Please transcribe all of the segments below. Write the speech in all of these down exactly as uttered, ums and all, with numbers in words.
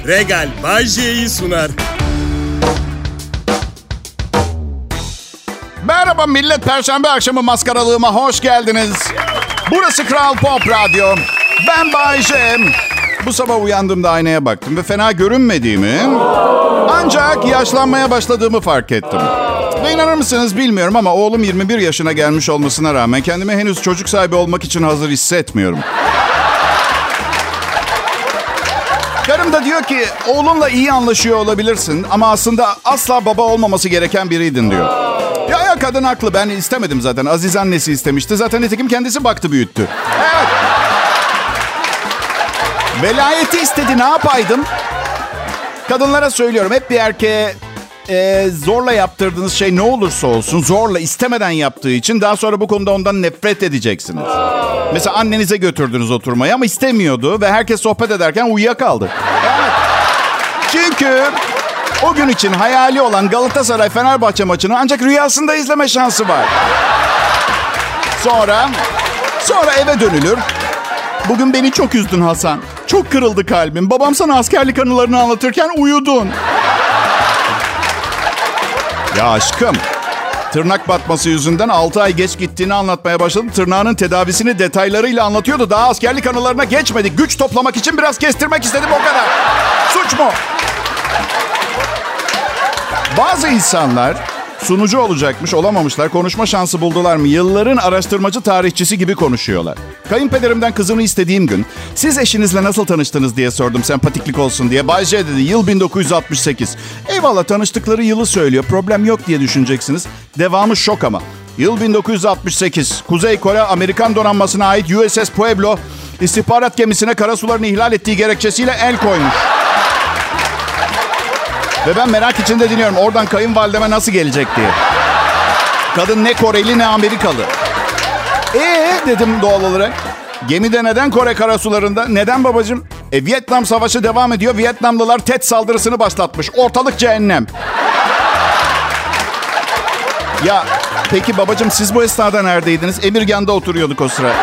Regal Bajje'yi sunar. Merhaba millet, Perşembe akşamı maskaralığıma hoş geldiniz. Burası Kral Pop Radyo. Ben Bay J. Bu sabah uyandığımda aynaya baktım ve fena görünmediğimi, ancak yaşlanmaya başladığımı fark ettim. Ve inanır mısınız bilmiyorum ama oğlum yirmi bir yaşına gelmiş olmasına rağmen kendimi henüz çocuk sahibi olmak için hazır hissetmiyorum. Karım da diyor ki oğlunla iyi anlaşıyor olabilirsin ama aslında asla baba olmaması gereken biriydin diyor. Ya ya kadın haklı, ben istemedim zaten. Aziz annesi istemişti. Zaten nitekim kendisi baktı büyüttü. Evet. Velayeti istedi, ne yapaydım? Kadınlara söylüyorum, hep bir erkeğe e, zorla yaptırdığınız şey ne olursa olsun zorla istemeden yaptığı için daha sonra bu konuda ondan nefret edeceksiniz. Mesela annenize götürdünüz oturmaya ama istemiyordu ve herkes sohbet ederken uyuyakaldı. Evet. Çünkü o gün için hayali olan Galatasaray-Fenerbahçe maçını ancak rüyasında izleme şansı var. Sonra, sonra eve dönülür. Bugün beni çok üzdün Hasan. Çok kırıldı kalbim. Babam sana askerlik anılarını anlatırken uyudun. Ya aşkım, tırnak batması yüzünden altı ay geç gittiğini anlatmaya başladı. Tırnağının tedavisini detaylarıyla anlatıyordu. Daha askerlik anılarına geçmedik. Güç toplamak için biraz kestirmek istedim, o kadar. Suç mu? Bazı insanlar sunucu olacakmış, olamamışlar. Konuşma şansı buldular mı? Yılların araştırmacı tarihçisi gibi konuşuyorlar. Kayınpederimden kızını istediğim gün siz eşinizle nasıl tanıştınız diye sordum, sempatiklik olsun diye. Bay J dedi, yıl bin dokuz yüz altmış sekiz. Eyvallah, tanıştıkları yılı söylüyor. Problem yok diye düşüneceksiniz. Devamı şok ama. Yıl bin dokuz yüz altmış sekiz. Kuzey Kore Amerikan donanmasına ait U S S Pueblo istihbarat gemisine karasularını ihlal ettiği gerekçesiyle el koymuş. Ve ben merak içinde dinliyorum, oradan kayınvalideme nasıl gelecek diye. Kadın ne Koreli ne Amerikalı. Ee dedim doğal olarak. Gemide neden Kore karasularında? Neden babacığım? E Vietnam Savaşı devam ediyor. Vietnamlılar Tet saldırısını başlatmış. Ortalık cehennem. Ya peki babacığım, siz bu esnada neredeydiniz? Emirgan'da oturuyorduk o sıra.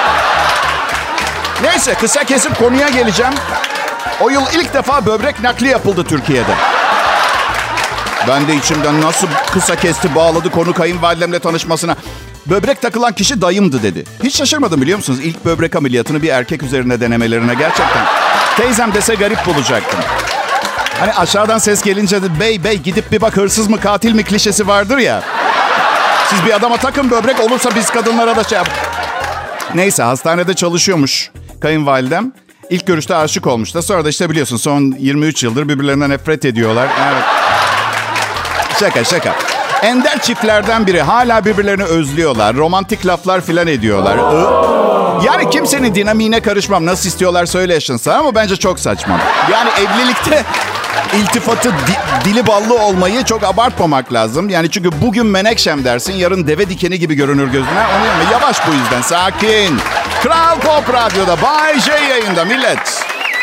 Neyse, kısa kesip konuya geleceğim. O yıl ilk defa böbrek nakli yapıldı Türkiye'de. Ben de içimden nasıl kısa kesti bağladı konu kayınvalidemle tanışmasına. Böbrek takılan kişi dayımdı dedi. Hiç şaşırmadım biliyor musunuz? İlk böbrek ameliyatını bir erkek üzerine denemelerine gerçekten. Teyzem dese garip bulacaktım. Hani aşağıdan ses gelince de bey bey gidip bir bak hırsız mı katil mi klişesi vardır ya. Siz bir adama takın böbrek, olursa biz kadınlara da şey yap. Neyse, hastanede çalışıyormuş kayınvalidem. İlk görüşte aşık olmuş da sonra da işte biliyorsun son yirmi üç yıldır birbirlerinden nefret ediyorlar. Evet. Şaka şaka. Ender çiftlerden biri, hala birbirlerini özlüyorlar. Romantik laflar filan ediyorlar. Yani kimsenin dinamiğine karışmam. Nasıl istiyorlar söyle yaşansın ama bence çok saçma. Yani evlilikte iltifatı di- dili ballı olmayı çok abartmamak lazım. Yani çünkü bugün menekşem dersin, yarın deve dikeni gibi görünür gözüne. Onu yapma. Yavaş bu yüzden, sakin. Kral Pop Radyo'da Bay J yayında millet.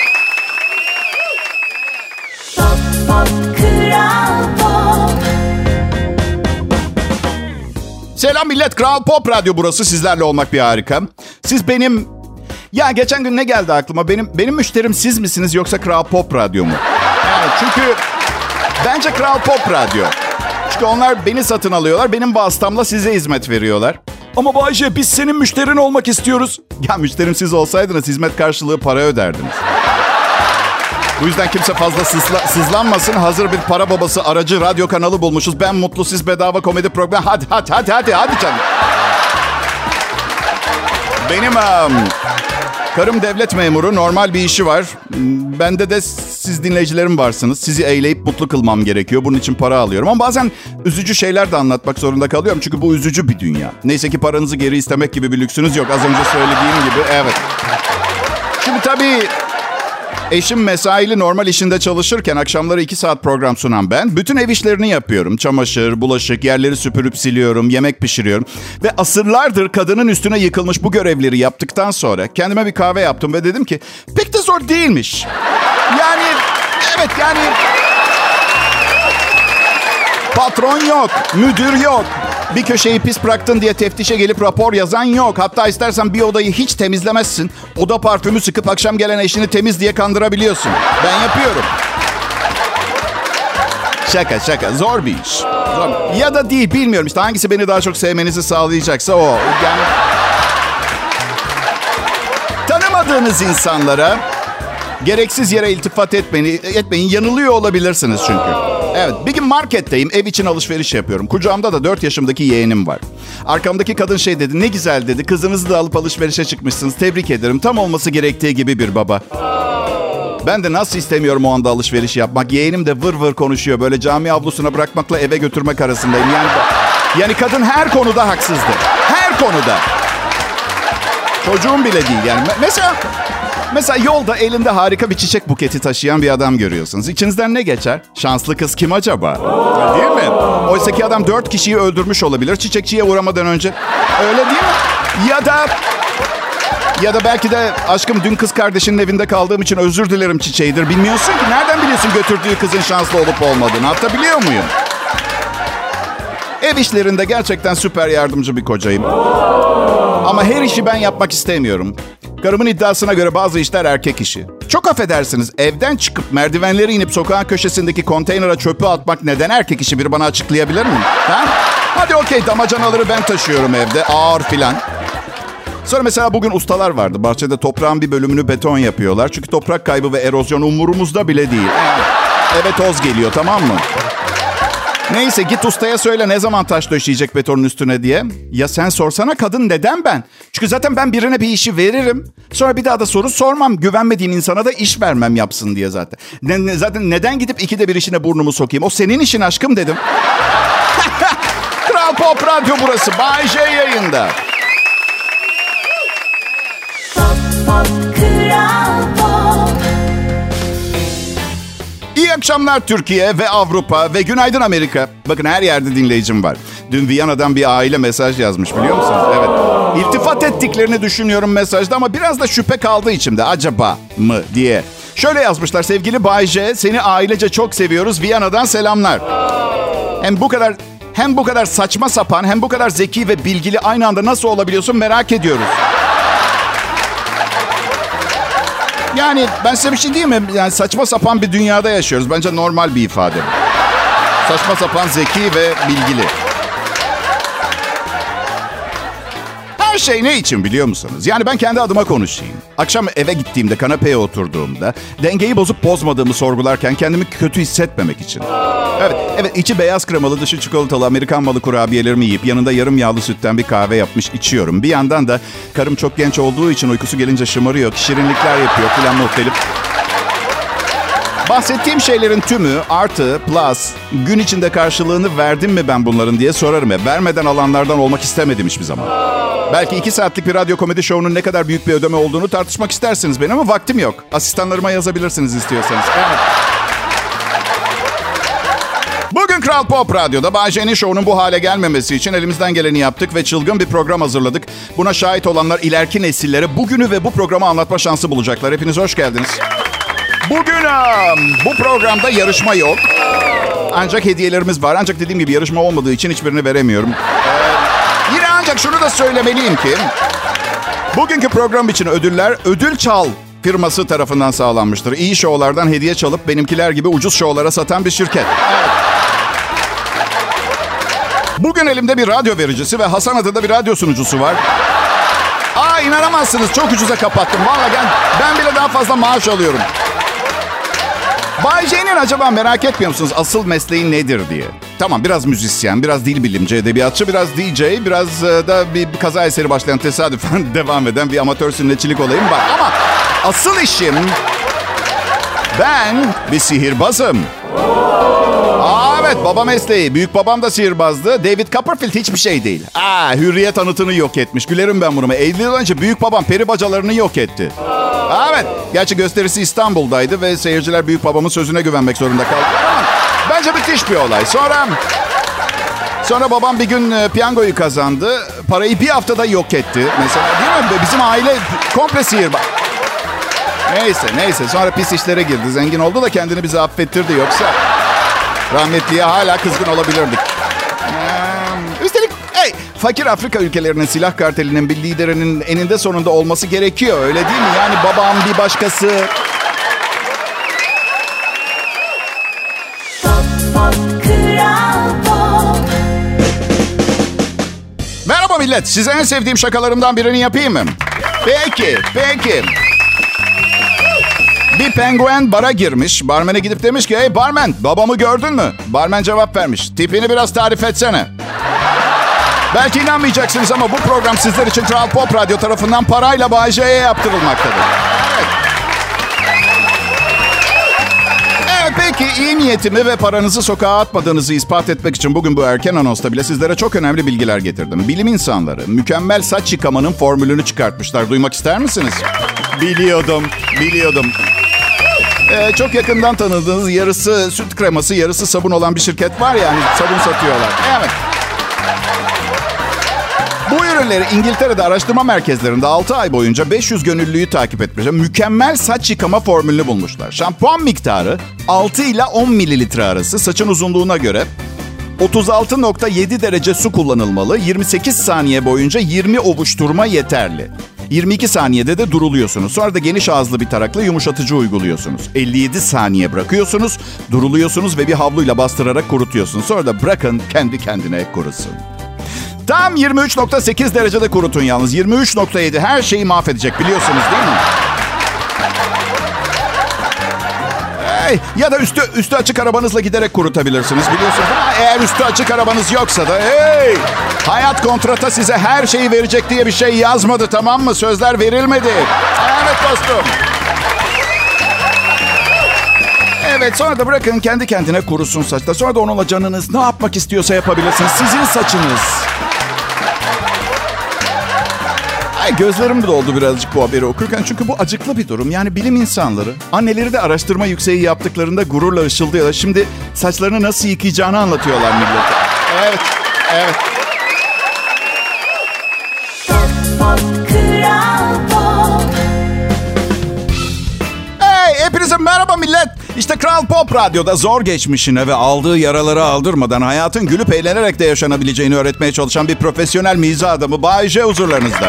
Pop, pop, Kral Pop. Selam millet, Kral Pop Radyo burası. Sizlerle olmak bir harika. Siz benim... Ya geçen gün ne geldi aklıma? Benim benim müşterim siz misiniz yoksa Kral Pop Radyo mu? Yani çünkü bence Kral Pop Radyo. Çünkü onlar beni satın alıyorlar. Benim vasıtamla size hizmet veriyorlar. Ama Bayce, biz senin müşterin olmak istiyoruz. Ya müşterim siz olsaydınız hizmet karşılığı para öderdiniz. Bu yüzden kimse fazla sızla, sızlanmasın. Hazır bir para babası aracı radyo kanalı bulmuşuz. Ben mutlu, siz bedava komedi programı. Hadi hadi hadi hadi hadi canım. Benim um, karım devlet memuru, normal bir işi var. Bende de siz dinleyicilerim varsınız. Sizi eğleyip mutlu kılmam gerekiyor. Bunun için para alıyorum. Ama bazen üzücü şeyler de anlatmak zorunda kalıyorum. Çünkü bu üzücü bir dünya. Neyse ki paranızı geri istemek gibi bir lüksünüz yok. Az önce söylediğim gibi. Evet. Şimdi tabii eşim mesaili normal işinde çalışırken akşamları iki saat program sunan ben. Bütün ev işlerini yapıyorum. Çamaşır, bulaşık, yerleri süpürüp siliyorum, yemek pişiriyorum. Ve asırlardır kadının üstüne yıkılmış bu görevleri yaptıktan sonra kendime bir kahve yaptım ve dedim ki pek de zor değilmiş. Yani evet yani patron yok, müdür yok. Bir köşeyi pis bıraktın diye teftişe gelip rapor yazan yok. Hatta istersen bir odayı hiç temizlemezsin. Oda parfümü sıkıp akşam gelen eşini temiz diye kandırabiliyorsun. Ben yapıyorum. Şaka şaka. Zor bir iş. Zor. Ya da değil, bilmiyorum. İşte hangisi beni daha çok sevmenizi sağlayacaksa o. Yani... Tanımadığınız insanlara gereksiz yere iltifat etmeyin, etmeyin. Yanılıyor olabilirsiniz çünkü. Evet, bir gün marketteyim. Ev için alışveriş yapıyorum. Kucağımda da dört yaşımdaki yeğenim var. Arkamdaki kadın şey dedi. Ne güzel dedi. Kızınızı da alıp alışverişe çıkmışsınız. Tebrik ederim. Tam olması gerektiği gibi bir baba. Ben de nasıl istemiyorum o anda alışveriş yapmak. Yeğenim de vır vır konuşuyor. Böyle cami avlusuna bırakmakla eve götürmek arasındayım. Yani, yani kadın her konuda haksızdı. Her konuda. Çocuğum bile değil yani. Mesela mesela yolda elinde harika bir çiçek buketi taşıyan bir adam görüyorsunuz. İçinizden ne geçer? Şanslı kız kim acaba? Değil mi? Oysa ki adam dört kişiyi öldürmüş olabilir çiçekçiye uğramadan önce. Öyle değil mi? Ya da ya da belki de aşkım dün kız kardeşinin evinde kaldığım için özür dilerim çiçeğidir. Bilmiyorsun ki. Nereden biliyorsun götürdüğü kızın şanslı olup olmadığını? Hatta biliyor muyum? Ev işlerinde gerçekten süper yardımcı bir kocayım. Ama her işi ben yapmak istemiyorum. Karımın iddiasına göre bazı işler erkek işi. Çok affedersiniz, evden çıkıp merdivenleri inip sokağın köşesindeki konteynere çöpü atmak neden erkek işi? Biri bana açıklayabilir mi? Ha? Hadi okey, damacanaları ben taşıyorum evde, ağır filan. Sonra mesela bugün ustalar vardı. Bahçede toprağın bir bölümünü beton yapıyorlar. Çünkü toprak kaybı ve erozyon umurumuzda bile değil. Eve toz geliyor, tamam mı? Neyse git ustaya söyle ne zaman taş döşeyecek betonun üstüne diye. Ya sen sorsana kadın, neden ben? Çünkü zaten ben birine bir işi veririm. Sonra bir daha da soru sormam. Güvenmediğim insana da iş vermem yapsın diye zaten. Ne, ne, zaten neden gidip ikide bir işine burnumu sokayım? O senin işin aşkım dedim. Kral Pop Radyo burası. Bay J yayında. Pop, pop, Kral Pop. İyi akşamlar Türkiye ve Avrupa ve günaydın Amerika. Bakın her yerde dinleyicim var. Dün Viyana'dan bir aile mesaj yazmış, biliyor musunuz? Evet. İltifat ettiklerini düşünüyorum mesajda ama biraz da şüphe kaldı içimde. Acaba mı diye. Şöyle yazmışlar: sevgili Bay J, seni ailece çok seviyoruz. Viyana'dan selamlar. Hem bu kadar hem bu kadar saçma sapan hem bu kadar zeki ve bilgili aynı anda nasıl olabiliyorsun merak ediyoruz. Yani ben size bir şey diyeyim mi? Yani saçma sapan bir dünyada yaşıyoruz. Bence normal bir ifade. Saçma sapan, zeki ve bilgili. Her şey ne için biliyor musunuz? Yani ben kendi adıma konuşayım. Akşam eve gittiğimde, kanepeye oturduğumda dengeyi bozup bozmadığımı sorgularken kendimi kötü hissetmemek için. Evet, evet, içi beyaz kremalı, dışı çikolatalı Amerikan malı kurabiyelerimi yiyip yanında yarım yağlı sütten bir kahve yapmış içiyorum. Bir yandan da karım çok genç olduğu için uykusu gelince şımarıyor, şirinlikler yapıyor filan muhtelif. Bahsettiğim şeylerin tümü artı, plus, gün içinde karşılığını verdim mi ben bunların diye sorarım ya. Vermeden alanlardan olmak istemedim hiçbir zaman. Belki iki saatlik bir radyo komedi şovunun ne kadar büyük bir ödeme olduğunu tartışmak istersiniz benim ama vaktim yok. Asistanlarıma yazabilirsiniz istiyorsanız. Evet. Bugün Kral Pop Radyo'da Bay J'nin şovunun bu hale gelmemesi için elimizden geleni yaptık ve çılgın bir program hazırladık. Buna şahit olanlar ileriki nesillere bugünü ve bu programı anlatma şansı bulacaklar. Hepiniz hoş geldiniz. Bugün bu programda yarışma yok. Ancak hediyelerimiz var. Ancak dediğim gibi yarışma olmadığı için hiçbirini veremiyorum. Ee, yine ancak şunu da söylemeliyim ki bugünkü program için ödüller Ödül Çal firması tarafından sağlanmıştır. İyi şovlardan hediye çalıp benimkiler gibi ucuz şovlara satan bir şirket. Evet. Bugün elimde bir radyo vericisi ve Hasan adında bir radyo sunucusu var. Aa, inanamazsınız, çok ucuza kapattım. Vallahi ben, ben bile daha fazla maaş alıyorum. Bay J'nin acaba merak etmiyor musunuz asıl mesleği nedir diye? Tamam, biraz müzisyen, biraz dil bilimci, edebiyatçı, biraz D J, biraz da bir kaza eseri başlayan tesadüfen devam eden bir amatör sünnetçilik olayım var. Ama asıl işim, ben bir sihirbazım. Aa, evet, baba mesleği. Büyük babam da sihirbazdı. David Copperfield hiçbir şey değil. Aa, hürriyet anıtını yok etmiş. Gülerim ben bunu. elli yıl önce büyük babam peri bacalarını yok etti. Aa, evet. Gerçi gösterisi İstanbul'daydı ve seyirciler büyük babamın sözüne güvenmek zorunda kaldı. Ama bence müthiş bir olay. Sonra sonra babam bir gün piyangoyu kazandı. Parayı bir haftada yok etti. Mesela, değil mi? Bizim aile komple sihirbaz. Neyse, neyse. Sonra pis işlere girdi. Zengin oldu da kendini bize affettirdi. Yoksa rahmetliye hala kızgın olabilirdik. Ee, üstelik fakir Afrika ülkelerinin silah kartelinin bir liderinin eninde sonunda olması gerekiyor. Öyle değil mi? Yani babam bir başkası. Pop, pop, Kral Pop. Merhaba millet. Size en sevdiğim şakalarımdan birini yapayım mı? Peki, peki. Bir penguen bara girmiş. Barmene gidip demiş ki, hey barmen, babamı gördün mü? Barmen cevap vermiş. Tipini biraz tarif etsene. Belki inanmayacaksınız ama bu program sizler için Kral Pop Radyo tarafından parayla Bay J'ye yaptırılmaktadır. Evet. Evet, peki iyi niyetimi ve paranızı sokağa atmadığınızı ispat etmek için bugün bu erken anonsta bile sizlere çok önemli bilgiler getirdim. Bilim insanları mükemmel saç yıkamanın formülünü çıkartmışlar. Duymak ister misiniz? Biliyordum, biliyordum. Ee, çok yakından tanıdığınız yarısı süt kreması, yarısı sabun olan bir şirket var ya, hani sabun satıyorlar. Evet. Bu ürünleri İngiltere'de araştırma merkezlerinde altı ay boyunca beş yüz gönüllüyü takip etmişler. Mükemmel saç yıkama formülünü bulmuşlar. Şampuan miktarı altı ile on mililitre arası, saçın uzunluğuna göre otuz altı nokta yedi derece su kullanılmalı. yirmi sekiz saniye boyunca yirmi ovuşturma yeterli. yirmi iki saniyede de duruluyorsunuz. Sonra da geniş ağızlı bir tarakla yumuşatıcı uyguluyorsunuz. elli yedi saniye bırakıyorsunuz, duruluyorsunuz ve bir havluyla bastırarak kurutuyorsunuz. Sonra da bırakın kendi kendine kurusun. Tam yirmi üç nokta sekiz derecede kurutun yalnız. yirmi üç nokta yedi her şeyi mahvedecek, biliyorsunuz değil mi? Hey, ya da üstü üstü açık arabanızla giderek kurutabilirsiniz, biliyorsunuz. Ama eğer üstü açık arabanız yoksa da hey, hayat kontrata size her şeyi verecek diye bir şey yazmadı, tamam mı? Sözler verilmedi. Evet dostum. Evet, sonra da bırakın kendi kendine kurusun saçta. Sonra da onunla canınız ne yapmak istiyorsa yapabilirsiniz. Sizin saçınız. Ay, gözlerim doldu birazcık bu haberi okurken. Çünkü bu acıklı bir durum. Yani bilim insanları anneleri de araştırma yükseği yaptıklarında gururla ışıldıyorlar. Şimdi saçlarını nasıl yıkayacağını anlatıyorlar millete. Evet, evet. Pop, pop, Kral Pop. Hey, hepinize merhaba millet. İşte Kral Pop Radyo'da zor geçmişine ve aldığı yaraları aldırmadan hayatın gülüp eğlenerek de yaşanabileceğini öğretmeye çalışan bir profesyonel mizah adamı Bay J huzurlarınızda.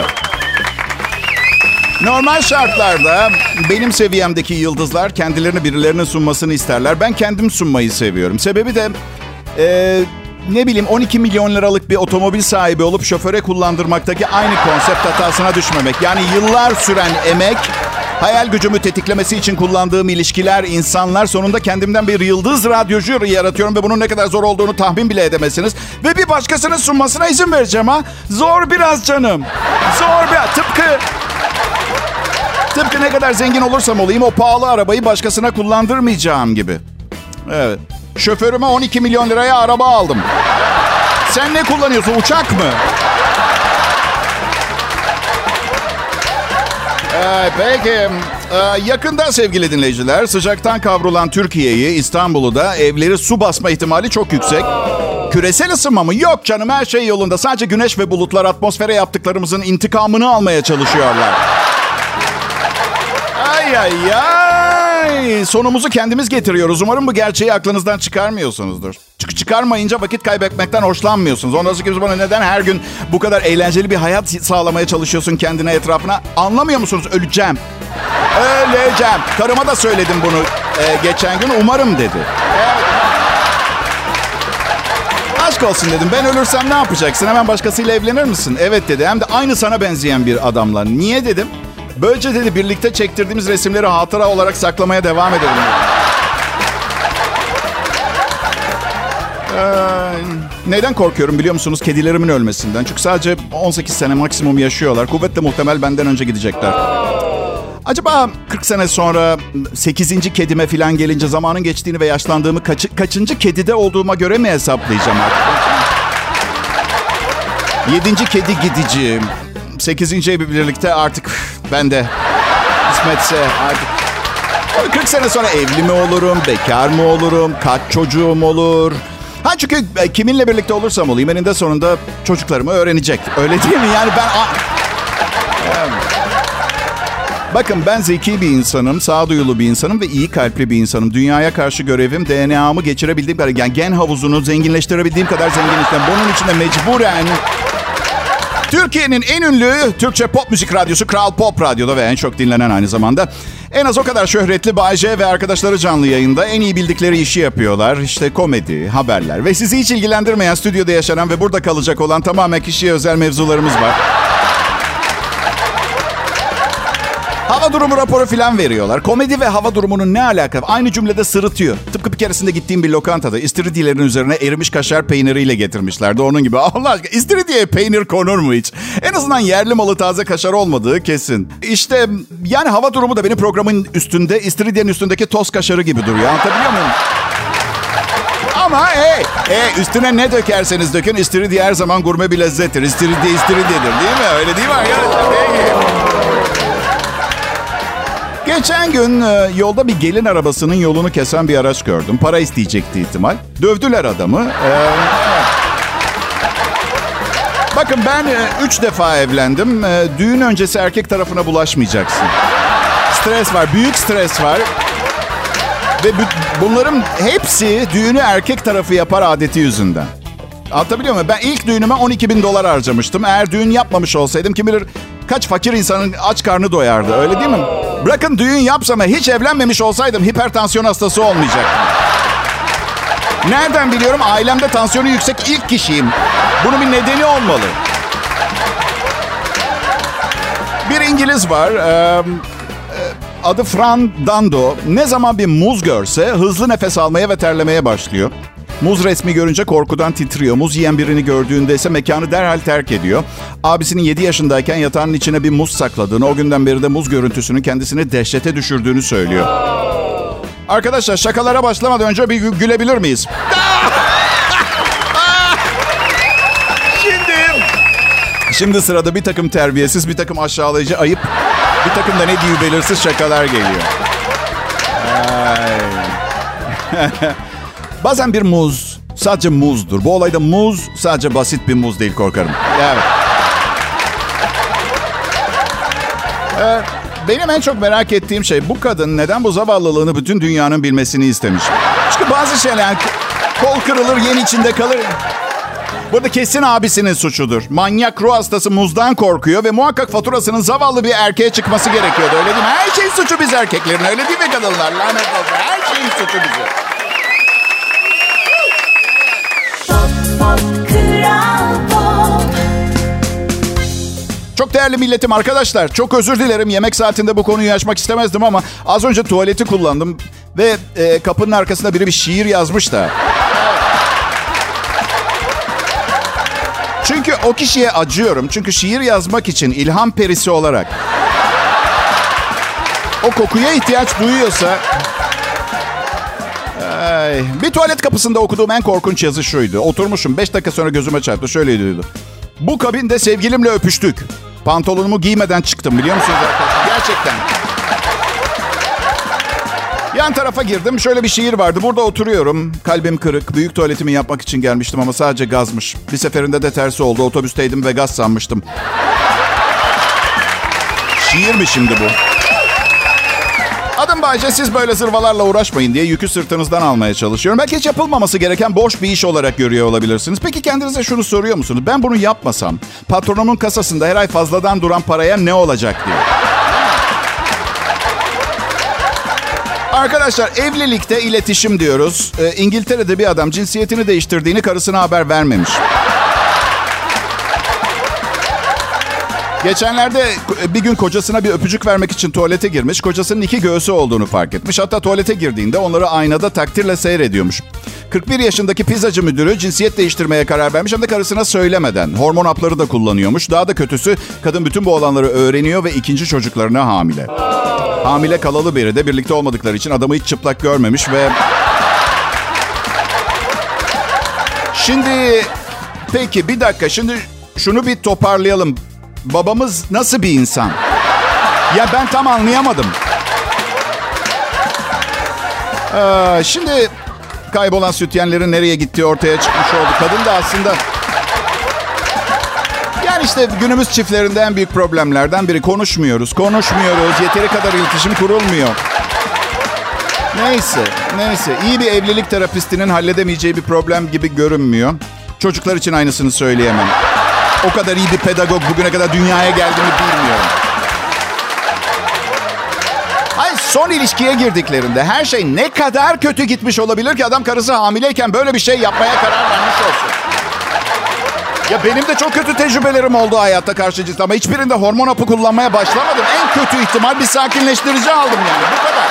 Normal şartlarda benim seviyemdeki yıldızlar kendilerini birilerine sunmasını isterler. Ben kendim sunmayı seviyorum. Sebebi de e, ne bileyim on iki milyon liralık bir otomobil sahibi olup şoföre kullandırmaktaki aynı konsept hatasına düşmemek. Yani yıllar süren emek, hayal gücümü tetiklemesi için kullandığım ilişkiler, insanlar, sonunda kendimden bir yıldız radyocu yaratıyorum ve bunun ne kadar zor olduğunu tahmin bile edemezsiniz. Ve bir başkasının sunmasına izin vereceğim ha. Zor biraz canım. Zor biraz. Tıpkı... Tıpkı ne kadar zengin olursam olayım o pahalı arabayı başkasına kullandırmayacağım gibi. Evet. Şoförüme on iki milyon liraya araba aldım. Sen ne kullanıyorsun? Uçak mı? Ee, peki. Ee, yakında sevgili dinleyiciler, sıcaktan kavrulan Türkiye'yi, İstanbul'u da evleri su basma ihtimali çok yüksek. Küresel ısınma mı? Yok canım, her şey yolunda. Sadece güneş ve bulutlar atmosfere yaptıklarımızın intikamını almaya çalışıyorlar. Ay ay ay. Sonumuzu kendimiz getiriyoruz. Umarım bu gerçeği aklınızdan çıkarmıyorsunuzdur. Çünkü çıkarmayınca vakit kaybetmekten hoşlanmıyorsunuz. Ondan sonra bana neden her gün bu kadar eğlenceli bir hayat sağlamaya çalışıyorsun kendine, etrafına? Anlamıyor musunuz? Öleceğim. Öleceğim. Karıma da söyledim bunu ee, geçen gün. Umarım dedi. Evet. Aşk olsun dedim. Ben ölürsem ne yapacaksın? Hemen başkasıyla evlenir misin? Evet dedi. Hem de aynı sana benzeyen bir adamla. Niye dedim? Böylece dedi birlikte çektirdiğimiz resimleri hatıra olarak saklamaya devam edelim. Ee, neden korkuyorum biliyor musunuz? Kedilerimin ölmesinden. Çünkü sadece on sekiz sene maksimum yaşıyorlar. Kuvvetle muhtemel benden önce gidecekler. Acaba kırk sene sonra sekizinci kedime falan gelince zamanın geçtiğini ve yaşlandığımı kaç, kaçıncı kedide olduğuma göre mi hesaplayacağım artık? Yedinci kedi gideceğim. Sekizinci birlikte artık ben de kısmetse artık. kırk sene sonra evli mi olurum, bekar mı olurum, kaç çocuğum olur? Ha çünkü kiminle birlikte olursam olayım eninde sonunda çocuklarımı öğrenecek. Öyle değil mi? Yani ben... Bakın ben zeki bir insanım, sağduyulu bir insanım ve iyi kalpli bir insanım. Dünyaya karşı görevim D N A'mı geçirebildiğim kadar, yani gen havuzunu zenginleştirebildiğim kadar zenginleştireceğim. Bunun için de mecburen Türkiye'nin en ünlü Türkçe pop müzik radyosu Kral Pop Radyo'da ve en çok dinlenen aynı zamanda. En az o kadar şöhretli Bay J ve arkadaşları canlı yayında en iyi bildikleri işi yapıyorlar. İşte komedi, haberler ve sizi hiç ilgilendirmeyen stüdyoda yaşanan ve burada kalacak olan tamamen kişiye özel mevzularımız var. Hava durumu raporu falan veriyorlar. Komedi ve hava durumunun ne alakası? Aynı cümlede sırıtıyor. Tıpkı bir keresinde gittiğim bir lokantada istiridye'lerin üzerine erimiş kaşar peyniriyle getirmişlerdi. Onun gibi. Allah aşkına istiridye'ye peynir konur mu hiç? En azından yerli malı taze kaşar olmadığı kesin. İşte yani hava durumu da benim programın üstünde, istiridye'nin üstündeki toz kaşarı gibi duruyor. Anlatabiliyor muyum? Ama hey, hey, üstüne ne dökerseniz dökün, istiridye her zaman gurme bir lezzettir. İstiridye istiridyedir değil mi? Öyle değil mi arkadaşlar? Peki. Geçen gün e, yolda bir gelin arabasının yolunu kesen bir araç gördüm. Para isteyecekti ihtimal. Dövdüler adamı. Ee, Bakın ben e, üç defa evlendim. E, düğün öncesi erkek tarafına bulaşmayacaksın. Stres var, büyük stres var. Ve bu, bunların hepsi düğünü erkek tarafı yapar adeti yüzünden. Anlatabiliyor muyum? Ben ilk düğünüme on iki bin dolar harcamıştım. Eğer düğün yapmamış olsaydım kim bilir kaç fakir insanın aç karnı doyardı. Öyle değil mi? Bırakın düğün yapsam, hiç evlenmemiş olsaydım hipertansiyon hastası olmayacaktım. Nereden biliyorum? Ailemde tansiyonu yüksek ilk kişiyim. Bunun bir nedeni olmalı. Bir İngiliz var. Ee, adı Fran Dando. Ne zaman bir muz görse hızlı nefes almaya ve terlemeye başlıyor. Muz resmi görünce korkudan titriyor. Muz yiyen birini gördüğünde ise mekanı derhal terk ediyor. Abisinin yedi yaşındayken yatağının içine bir muz sakladığını, o günden beri de muz görüntüsünün kendisini dehşete düşürdüğünü söylüyor. Arkadaşlar şakalara başlamadan önce bir gü- gülebilir miyiz? Şimdi, şimdi sırada bir takım terbiyesiz, bir takım aşağılayıcı, ayıp, bir takım da ne diyor belirsiz şakalar geliyor. Ay. Bazen bir muz sadece muzdur. Bu olayda muz sadece basit bir muz değil, korkarım. Evet. Ee, benim en çok merak ettiğim şey, bu kadın neden bu zavallılığını bütün dünyanın bilmesini istemiş? Çünkü bazı şeyler kol kırılır, yen içinde kalır. Burada kesin abisinin suçudur. Manyak ruh hastası muzdan korkuyor ve muhakkak faturasının zavallı bir erkeğe çıkması gerekiyordu. Öyle değil mi? Her şeyin suçu biz erkeklerin. Öyle değil mi kadınlar? Lanet olsun. Her şeyin suçu bize. Çok değerli milletim, arkadaşlar, çok özür dilerim. Yemek saatinde bu konuyu açmak istemezdim ama az önce tuvaleti kullandım ve e, kapının arkasında biri bir şiir yazmış da. Çünkü o kişiye acıyorum. Çünkü şiir yazmak için ilham perisi olarak o kokuya ihtiyaç duyuyorsa... Ay, bir tuvalet kapısında okuduğum en korkunç yazı şuydu. Oturmuşum, beş dakika sonra gözüme çarptı. Şöyle diyordu. Bu kabinde sevgilimle öpüştük. Pantolonumu giymeden çıktım, biliyor musunuz arkadaşlar? Gerçekten. Yan tarafa girdim. Şöyle bir şiir vardı. Burada oturuyorum. Kalbim kırık. Büyük tuvaletimi yapmak için gelmiştim ama sadece gazmış. Bir seferinde de tersi oldu. Otobüsteydim ve gaz sanmıştım. Şiir mi şimdi bu? Adım Bayce, siz böyle zırvalarla uğraşmayın diye yükü sırtınızdan almaya çalışıyorum. Belki hiç yapılmaması gereken boş bir iş olarak görüyor olabilirsiniz. Peki kendinize şunu soruyor musunuz? Ben bunu yapmasam patronumun kasasında her ay fazladan duran paraya ne olacak diye. Arkadaşlar, evlilikte iletişim diyoruz. Ee, İngiltere'de bir adam cinsiyetini değiştirdiğini karısına haber vermemiş. Geçenlerde bir gün kocasına bir öpücük vermek için tuvalete girmiş. Kocasının iki göğsü olduğunu fark etmiş. Hatta tuvalete girdiğinde onları aynada takdirle seyrediyormuş. kırk bir yaşındaki pizzacı müdürü cinsiyet değiştirmeye karar vermiş. Hem de karısına söylemeden. Hormon hapları da kullanıyormuş. Daha da kötüsü, kadın bütün bu olanları öğreniyor ve ikinci çocuklarına hamile. Hamile kalalı biri de birlikte olmadıkları için adamı hiç çıplak görmemiş ve... Şimdi... Peki bir dakika, şimdi şunu bir toparlayalım. Babamız nasıl bir insan? Ya ben tam anlayamadım. Ee, şimdi kaybolan sütyenlerin nereye gittiği ortaya çıkmış oldu. Kadın da aslında... Yani işte günümüz çiftlerinde en büyük problemlerden biri. Konuşmuyoruz, konuşmuyoruz. Yeteri kadar iletişim kurulmuyor. Neyse, neyse. İyi bir evlilik terapistinin halledemeyeceği bir problem gibi görünmüyor. Çocuklar için aynısını söyleyemem. o kadar iyi bir pedagog bugüne kadar dünyaya geldiğini bilmiyorum. Hayır, son ilişkiye girdiklerinde her şey ne kadar kötü gitmiş olabilir ki adam karısı hamileyken böyle bir şey yapmaya karar vermiş olsun. Ya benim de çok kötü tecrübelerim oldu hayatta karşı cinsle ama hiçbirinde hormon hapı kullanmaya başlamadım. En kötü ihtimal bir sakinleştirici aldım yani. Bu kadar.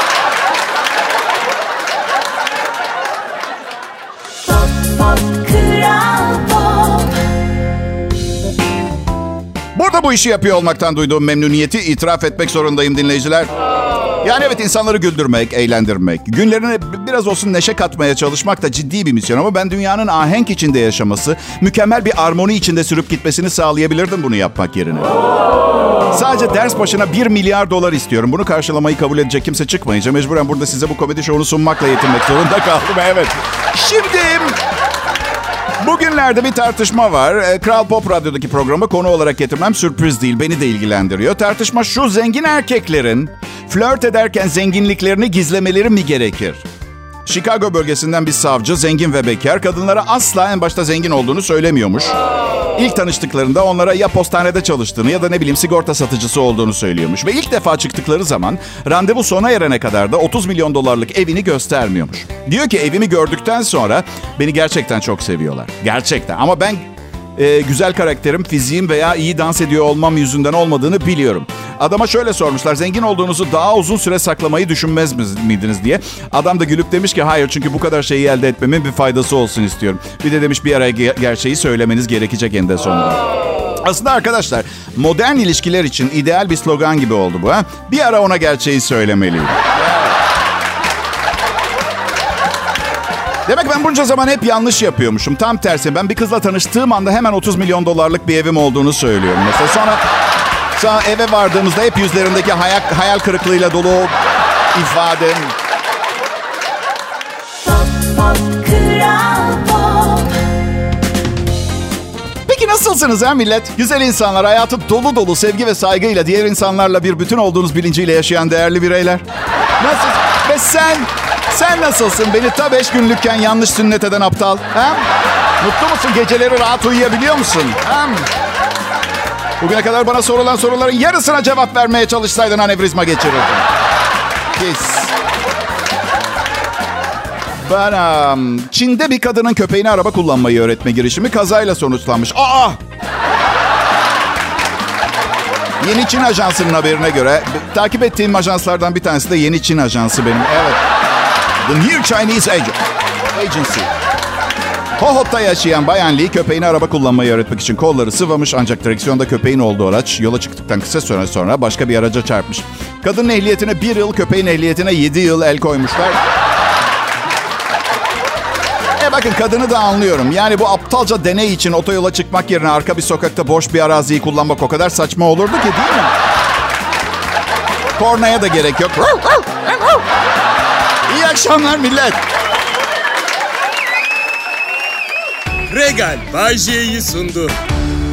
Pop, pop, Kral Pop. Burada bu işi yapıyor olmaktan duyduğum memnuniyeti itiraf etmek zorundayım dinleyiciler. Yani evet, insanları güldürmek, eğlendirmek, günlerine biraz olsun neşe katmaya çalışmak da ciddi bir misyon. Ama ben dünyanın ahenk içinde yaşaması, mükemmel bir armoni içinde sürüp gitmesini sağlayabilirdim bunu yapmak yerine. Sadece ders başına bir milyar dolar istiyorum. Bunu karşılamayı kabul edecek kimse çıkmayınca mecburen burada size bu komedi şovunu sunmakla yetinmek zorunda kaldım. Evet. Şimdi bugünlerde bir tartışma var. Kral Pop Radyo'daki programı konu olarak getirmem sürpriz değil. Beni de ilgilendiriyor. Tartışma şu: zengin erkeklerin flört ederken zenginliklerini gizlemeleri mi gerekir? Chicago bölgesinden bir savcı, zengin ve bekar, kadınlara asla en başta zengin olduğunu söylemiyormuş. İlk tanıştıklarında onlara ya postanede çalıştığını ya da ne bileyim sigorta satıcısı olduğunu söylüyormuş. Ve ilk defa çıktıkları zaman randevu sona erene kadar da otuz milyon dolarlık evini göstermiyormuş. Diyor ki evimi gördükten sonra beni gerçekten çok seviyorlar. Gerçekten. Ama ben e, güzel karakterim, fiziğim veya iyi dans ediyor olmam yüzünden olmadığını biliyorum. Adama şöyle sormuşlar: zengin olduğunuzu daha uzun süre saklamayı düşünmez miydiniz diye. Adam da gülüp demiş ki hayır, çünkü bu kadar şeyi elde etmemin bir faydası olsun istiyorum. Bir de demiş bir ara ge- gerçeği söylemeniz gerekecek eninde sonunda. Aslında arkadaşlar, modern ilişkiler için ideal bir slogan gibi oldu bu. Ha? Bir ara ona gerçeği söylemeliyim. Demek ben bunca zaman hep yanlış yapıyormuşum. Tam tersi, ben bir kızla tanıştığım anda hemen otuz milyon dolarlık bir evim olduğunu söylüyorum. Mesela sonra... Sonra eve vardığımızda hep yüzlerindeki hayal, hayal kırıklığıyla dolu ifade. Pop, pop, Kral Pop. Peki nasılsınız ha millet? Güzel insanlar, hayatı dolu dolu sevgi ve saygıyla diğer insanlarla bir bütün olduğunuz bilinciyle yaşayan değerli bireyler. Nasıl? Ve sen, sen nasılsın? Beni ta beş günlükken yanlış sünnet eden aptal. Ha? Mutlu musun? Geceleri rahat uyuyabiliyor musun? Ha? Bugüne kadar bana sorulan soruların yarısına cevap vermeye çalışsaydın anevrizma geçirirdin. Pis. Ben um, Çin'de bir kadının köpeğine araba kullanmayı öğretme girişimi kazayla sonuçlanmış. Aa! Yeni Çin Ajansı'nın haberine göre, takip ettiğim ajanslardan bir tanesi de Yeni Çin Ajansı benim. Evet. The New Chinese Agency. Hohot'ta yaşayan Bayan Lee köpeğine araba kullanmayı öğretmek için kolları sıvamış, ancak direksiyonda köpeğin olduğu araç yola çıktıktan kısa süre sonra başka bir araca çarpmış. Kadının ehliyetine bir yıl, köpeğin ehliyetine yedi yıl el koymuşlar. E bakın, kadını da anlıyorum. Yani bu aptalca deney için otoyola çıkmak yerine arka bir sokakta boş bir araziyi kullanmak o kadar saçma olurdu ki, değil mi? Kornaya da gerek yok. İyi akşamlar millet. Regal Bay J'yi sundu.